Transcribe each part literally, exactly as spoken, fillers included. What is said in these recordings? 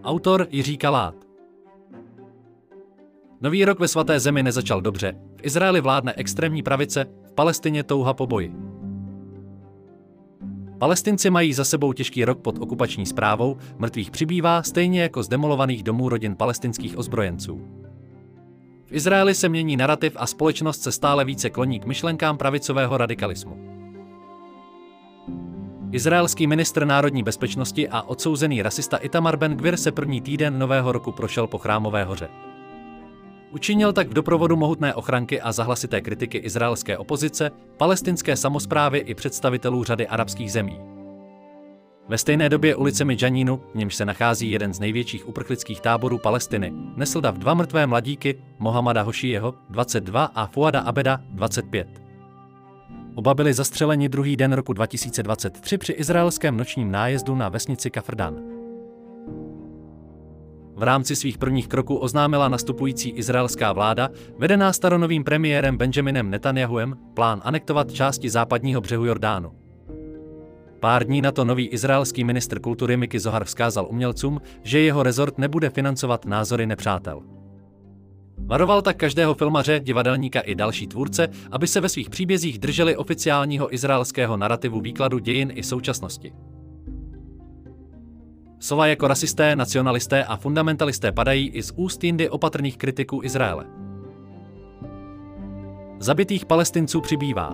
Autor Jiří Kalát. Nový rok ve svaté zemi nezačal dobře. V Izraeli vládne extrémní pravice, v Palestině touha po boji. Palestinci mají za sebou těžký rok pod okupační správou, mrtvých přibývá stejně jako z demolovaných domů rodin palestinských ozbrojenců. V Izraeli se mění narativ a společnost se stále více kloní k myšlenkám pravicového radikalismu. Izraelský ministr národní bezpečnosti a odsouzený rasista Itamar Ben-Gvir se první týden nového roku prošel po Chrámové hoře. Učinil tak v doprovodu mohutné ochranky a zahlasité kritiky izraelské opozice, palestinské samosprávy i představitelů řady arabských zemí. Ve stejné době ulicemi Džanínu, v němž se nachází jeden z největších uprchlických táborů Palestiny, nesl dav dva mrtvé mladíky, Mohamada Hošijeho, dvacet dva, a Fuada Abeda, dvacet pět. Oba byli zastřeleni druhý den roku dva tisíce dvacet tři při izraelském nočním nájezdu na vesnici Kafr Dan. V rámci svých prvních kroků oznámila nastupující izraelská vláda, vedená staronovým premiérem Benjaminem Netanjahuem, plán anektovat části západního břehu Jordánu. Pár dní na to nový izraelský ministr kultury Miki Zohar vzkázal umělcům, že jeho rezort nebude financovat názory nepřátel. Varoval tak každého filmaře, divadelníka i další tvůrce, aby se ve svých příbězích drželi oficiálního izraelského narrativu výkladu dějin i současnosti. Slova jako rasisté, nacionalisté a fundamentalisté padají i z úst jindy opatrných kritiků Izraele. Zabitých Palestinců přibývá.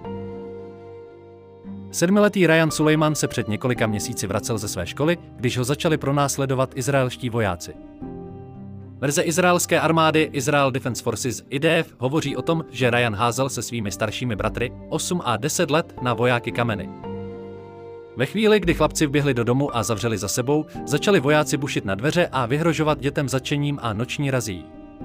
Sedmiletý Rayan Sulejman se před několika měsíci vracel ze své školy, když ho začali pronásledovat izraelští vojáci. Verze izraelské armády Israel Defense Forces I D F hovoří o tom, že Rayan házel se svými staršími bratry osm a deset let na vojáky kameny. Ve chvíli, kdy chlapci vběhli do domu a zavřeli za sebou, začali vojáci bušit na dveře a vyhrožovat dětem zatčením a noční razí.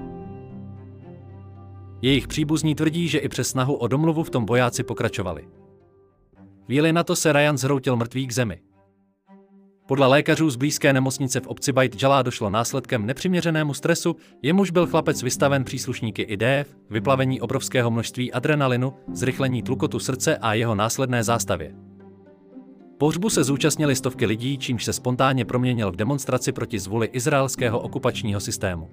Jejich příbuzní tvrdí, že i přes snahu o domluvu v tom vojáci pokračovali. Chvíli na to se Rayan zhroutil mrtvý k zemi. Podle lékařů z blízké nemocnice v obci Beit Jala došlo následkem nepřiměřenému stresu, jemuž byl chlapec vystaven příslušníky I D F, vyplavení obrovského množství adrenalinu, zrychlení tlukotu srdce a jeho následné zástavě. Pohřbu se zúčastnili stovky lidí, čímž se spontánně proměnil v demonstraci proti zvůli izraelského okupačního systému.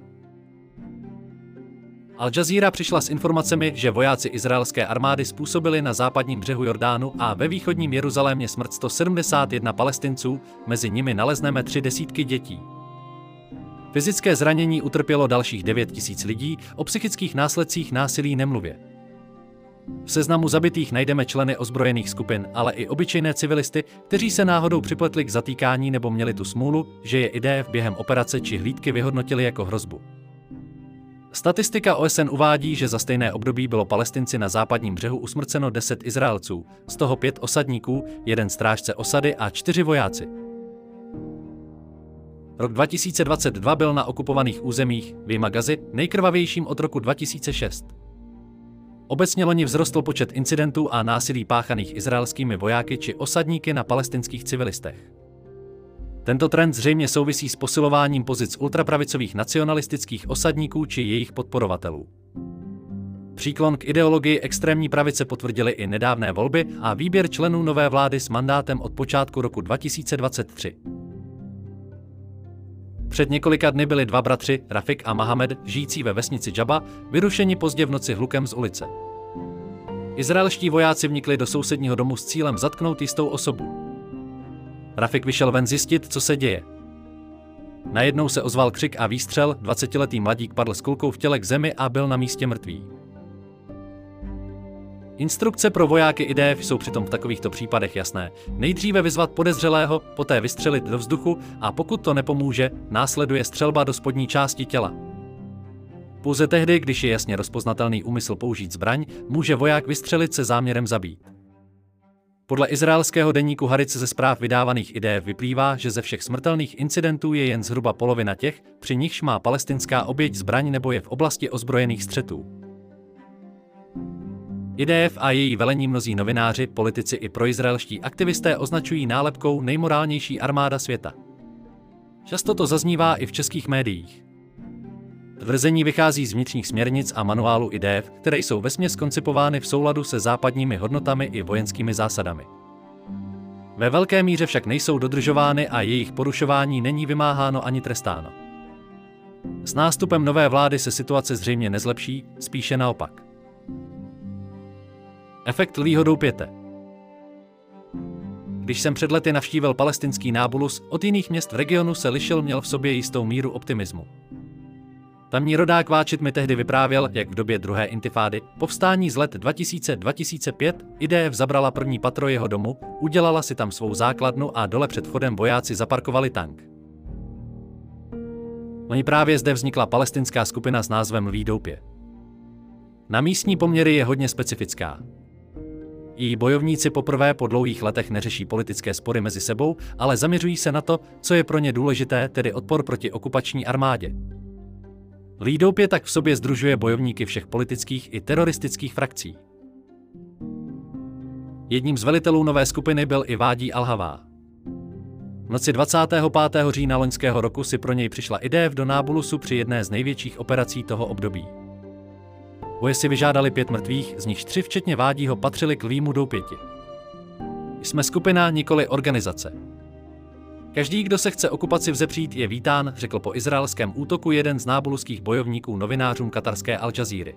Al Jazeera přišla s informacemi, že vojáci izraelské armády způsobili na západním břehu Jordánu a ve východním Jeruzalémě smrt sto sedmdesát jedna Palestinců, mezi nimi nalezneme tři desítky dětí. Fyzické zranění utrpělo dalších devět tisíc lidí, o psychických následcích násilí nemluvě. V seznamu zabitých najdeme členy ozbrojených skupin, ale i obyčejné civilisty, kteří se náhodou připletli k zatýkání nebo měli tu smůlu, že je I D F během operace či hlídky vyhodnotili jako hrozbu. Statistika O S N uvádí, že za stejné období bylo Palestinci na západním břehu usmrceno deset Izraelců, z toho pět osadníků, jeden strážce osady a čtyři vojáci. Rok dva tisíce dvacet dva byl na okupovaných územích, vyjma Gazy, nejkrvavějším od roku dva tisíce šest. Obecně loni vzrostl počet incidentů a násilí páchaných izraelskými vojáky či osadníky na palestinských civilistech. Tento trend zřejmě souvisí s posilováním pozic ultrapravicových nacionalistických osadníků či jejich podporovatelů. Příklon k ideologii extrémní pravice potvrdily i nedávné volby a výběr členů nové vlády s mandátem od počátku roku dva tisíce dvacet tři. Před několika dny byli dva bratři, Rafik a Mohamed, žijící ve vesnici Džaba, vyrušeni pozdě v noci hlukem z ulice. Izraelští vojáci vnikli do sousedního domu s cílem zatknout jistou osobu. Rafik vyšel ven zjistit, co se děje. Najednou se ozval křik a výstřel, dvacetiletý mladík padl s kulkou v těle k zemi a byl na místě mrtvý. Instrukce pro vojáky I D F jsou přitom v takovýchto případech jasné. Nejdříve vyzvat podezřelého, poté vystřelit do vzduchu a pokud to nepomůže, následuje střelba do spodní části těla. Pouze tehdy, když je jasně rozpoznatelný úmysl použít zbraň, může voják vystřelit se záměrem zabít. Podle izraelského deníku Haaretz ze zpráv vydávaných I D F vyplývá, že ze všech smrtelných incidentů je jen zhruba polovina těch, při nichž má palestinská oběť zbraň nebo je v oblasti ozbrojených střetů. I D F a její velení mnozí novináři, politici i proizraelští aktivisté označují nálepkou nejmorálnější armáda světa. Často to zaznívá i v českých médiích. Tvrzení vychází z vnitřních směrnic a manuálu I D F, které jsou vesměs koncipovány v souladu se západními hodnotami i vojenskými zásadami. Ve velké míře však nejsou dodržovány a jejich porušování není vymáháno ani trestáno. S nástupem nové vlády se situace zřejmě nezlepší, spíše naopak. Efekt lvího doupěte. Když jsem před lety navštívil palestinský Nábulus, od jiných měst v regionu se lišil, měl v sobě jistou míru optimismu. Tamní rodák Váčit mi tehdy vyprávěl, jak v době druhé intifády, povstání z let dva tisíce až dva tisíce pět, I D F zabrala první patro jeho domu, udělala si tam svou základnu a dole před vchodem vojáci zaparkovali tank. Oni právě zde vznikla palestinská skupina s názvem Lví doupě. Na místní poměry je hodně specifická. Její bojovníci poprvé po dlouhých letech neřeší politické spory mezi sebou, ale zaměřují se na to, co je pro ně důležité, tedy odpor proti okupační armádě. Lví doupě tak v sobě sdružuje bojovníky všech politických i teroristických frakcí. Jedním z velitelů nové skupiny byl i Vádí Al-Havá. V noci dvacátého pátého října loňského roku si pro něj přišla I D F do Nábulusu při jedné z největších operací toho období. Boje si vyžádali pět mrtvých, z nichž tři včetně Vádího patřili k Lvímu doupěti. Jsme skupina, nikoli organizace. Každý, kdo se chce okupaci vzepřít, je vítán, řekl po izraelském útoku jeden z nábuluských bojovníků novinářům katarské Al Jazeera.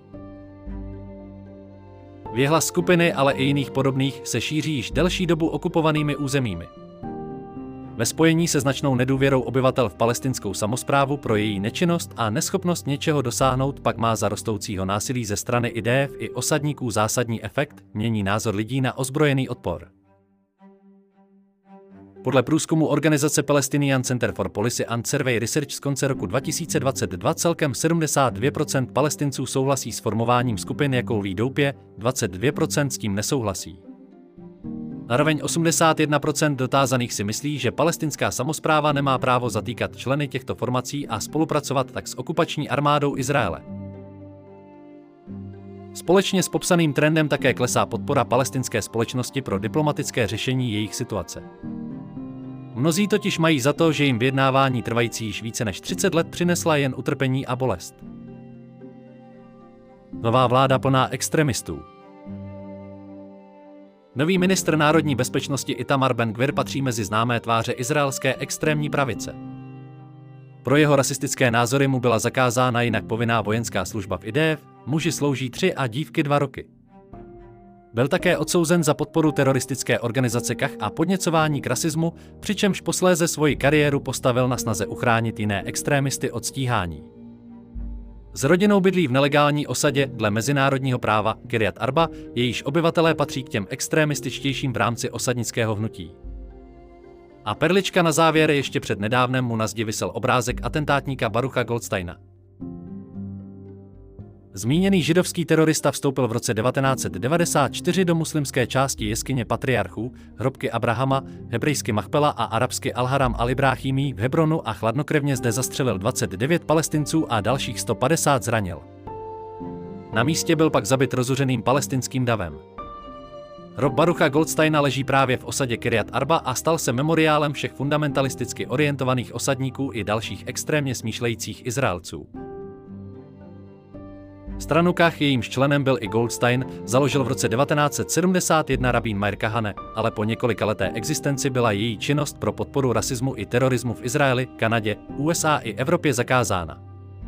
Věhlas skupiny, ale i jiných podobných, se šíří již delší dobu okupovanými územími. Ve spojení se značnou nedůvěrou obyvatel v palestinskou samosprávu pro její nečinnost a neschopnost něčeho dosáhnout pak má za rostoucího násilí ze strany I D F i osadníků zásadní efekt, mění názor lidí na ozbrojený odpor. Podle průzkumu organizace Palestinian Center for Policy and Survey Research z konce roku dva tisíce dvacet dva celkem sedmdesát dvě procent Palestinců souhlasí s formováním skupin jako Lví doupě, dvacet dvě procent s tím nesouhlasí. Naroveň osmdesát jedna procent dotázaných si myslí, že palestinská samospráva nemá právo zatýkat členy těchto formací a spolupracovat tak s okupační armádou Izraele. Společně s popsaným trendem také klesá podpora palestinské společnosti pro diplomatické řešení jejich situace. Mnozí totiž mají za to, že jim vyjednávání trvající již více než třicet let přinesla jen utrpení a bolest. Nová vláda plná extremistů. Nový ministr národní bezpečnosti Itamar Ben-Gvir patří mezi známé tváře izraelské extrémní pravice. Pro jeho rasistické názory mu byla zakázána jinak povinná vojenská služba v I D F, muži slouží tři a dívky dva roky. Byl také odsouzen za podporu teroristické organizace K A H a podněcování k rasismu, přičemž posléze svoji kariéru postavil na snaze uchránit jiné extrémisty od stíhání. S rodinou bydlí v nelegální osadě dle mezinárodního práva Kiryat Arba, jejíž obyvatelé patří k těm extrémističtějším v rámci osadnického hnutí. A perlička na závěr, ještě před nedávnem mu na zdi visel obrázek atentátníka Barucha Goldsteina. Zmíněný židovský terorista vstoupil v roce devatenáct set devadesát čtyři do muslimské části jeskyně patriarchů, hrobky Abrahama, hebrejsky Machpela a arabsky Al-Haram al-Ibrahimi v Hebronu a chladnokrevně zde zastřelil dvacet devět Palestinců a dalších sto padesát zranil. Na místě byl pak zabit rozuřeným palestinským davem. Hrob Barucha Goldsteina leží právě v osadě Kiryat Arba a stal se memoriálem všech fundamentalisticky orientovaných osadníků i dalších extrémně smýšlejících Izraelců. Stranu K A H, jejímž členem byl i Goldstein, založil v roce devatenáct set sedmdesát jedna rabín Meir Kahane, ale po několikaleté existenci byla její činnost pro podporu rasismu i terorismu v Izraeli, Kanadě, U S A i Evropě zakázána.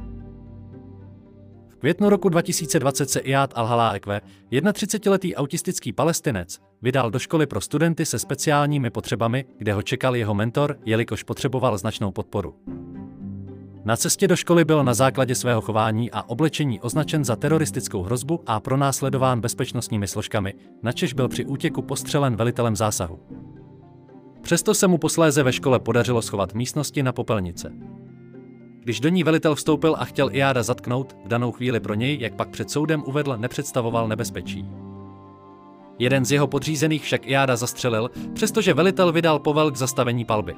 V květnu roku dva tisíce dvacet se Iyad Al-Halaqeh, třicetiletý autistický Palestinec, vydal do školy pro studenty se speciálními potřebami, kde ho čekal jeho mentor, jelikož potřeboval značnou podporu. Na cestě do školy byl na základě svého chování a oblečení označen za teroristickou hrozbu a pronásledován bezpečnostními složkami, načež byl při útěku postřelen velitelem zásahu. Přesto se mu posléze ve škole podařilo schovat místnosti na popelnice. Když do ní velitel vstoupil a chtěl Iyada zatknout, v danou chvíli pro něj, jak pak před soudem uvedl, nepředstavoval nebezpečí. Jeden z jeho podřízených však Iyada zastřelil, přestože velitel vydal povel k zastavení palby.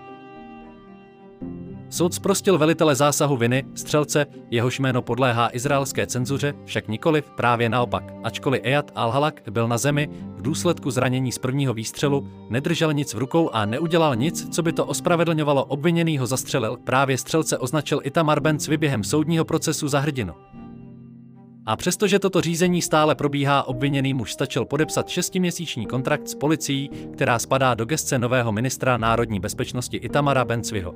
Soud zprostil velitele zásahu viny, střelce, jehož jméno podléhá izraelské cenzuře, však nikoliv, právě naopak. Ačkoliv Iyad Al-Halaqeh byl na zemi, v důsledku zranění z prvního výstřelu, nedržel nic v rukou a neudělal nic, co by to ospravedlňovalo, obviněný ho zastřelil, právě střelce označil Itamar Ben-Gvir během soudního procesu za hrdinu. A přestože toto řízení stále probíhá, obviněný muž stačil podepsat šestiměsíční kontrakt s policií, která spadá do gesce nového ministra národní bezpečnosti Itamara Ben-Cviho.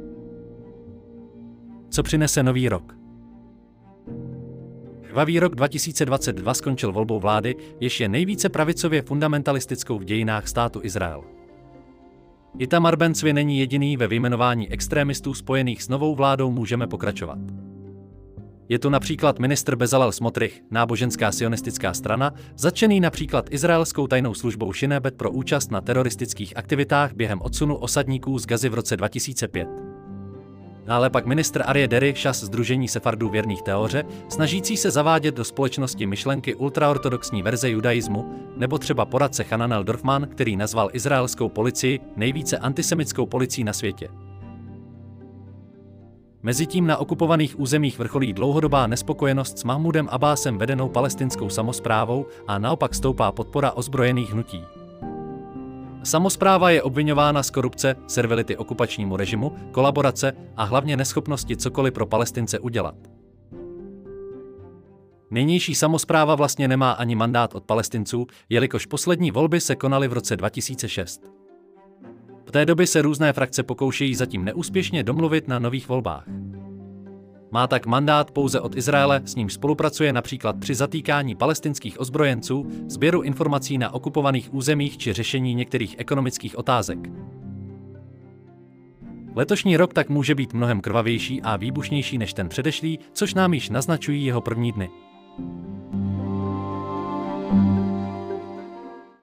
Co přinese nový rok? Krvavý rok dva tisíce dvacet dva skončil volbou vlády, jež je nejvíce pravicově fundamentalistickou v dějinách státu Izrael. Itamar Ben-Cvi není jediný, ve vyjmenování extrémistů spojených s novou vládou můžeme pokračovat. Je tu například ministr Bezalel Smotrich, náboženská sionistická strana, zatčený například izraelskou tajnou službou Shin Bet pro účast na teroristických aktivitách během odsunu osadníků z Gazy v roce dva tisíce pět. Dále pak ministr Aryeh Deri, šas Sdružení sefardů věrných Teoře, snažící se zavádět do společnosti myšlenky ultraortodoxní verze judaismu, nebo třeba poradce Hananel Dorfman, který nazval izraelskou policii nejvíce antisemitskou policií na světě. Mezitím na okupovaných územích vrcholí dlouhodobá nespokojenost s Mahmudem Abbásem vedenou palestinskou samosprávou a naopak stoupá podpora ozbrojených hnutí. Samospráva je obviňována z korupce, servility okupačnímu režimu, kolaborace a hlavně neschopnosti cokoliv pro Palestince udělat. Nynější samospráva vlastně nemá ani mandát od Palestinců, jelikož poslední volby se konaly v roce dva tisíce šest. V té době se různé frakce pokoušejí zatím neúspěšně domluvit na nových volbách. Má tak mandát pouze od Izraele, s ním spolupracuje například při zatýkání palestinských ozbrojenců, sběru informací na okupovaných územích či řešení některých ekonomických otázek. Letošní rok tak může být mnohem krvavější a výbušnější než ten předešlý, což nám již naznačují jeho první dny.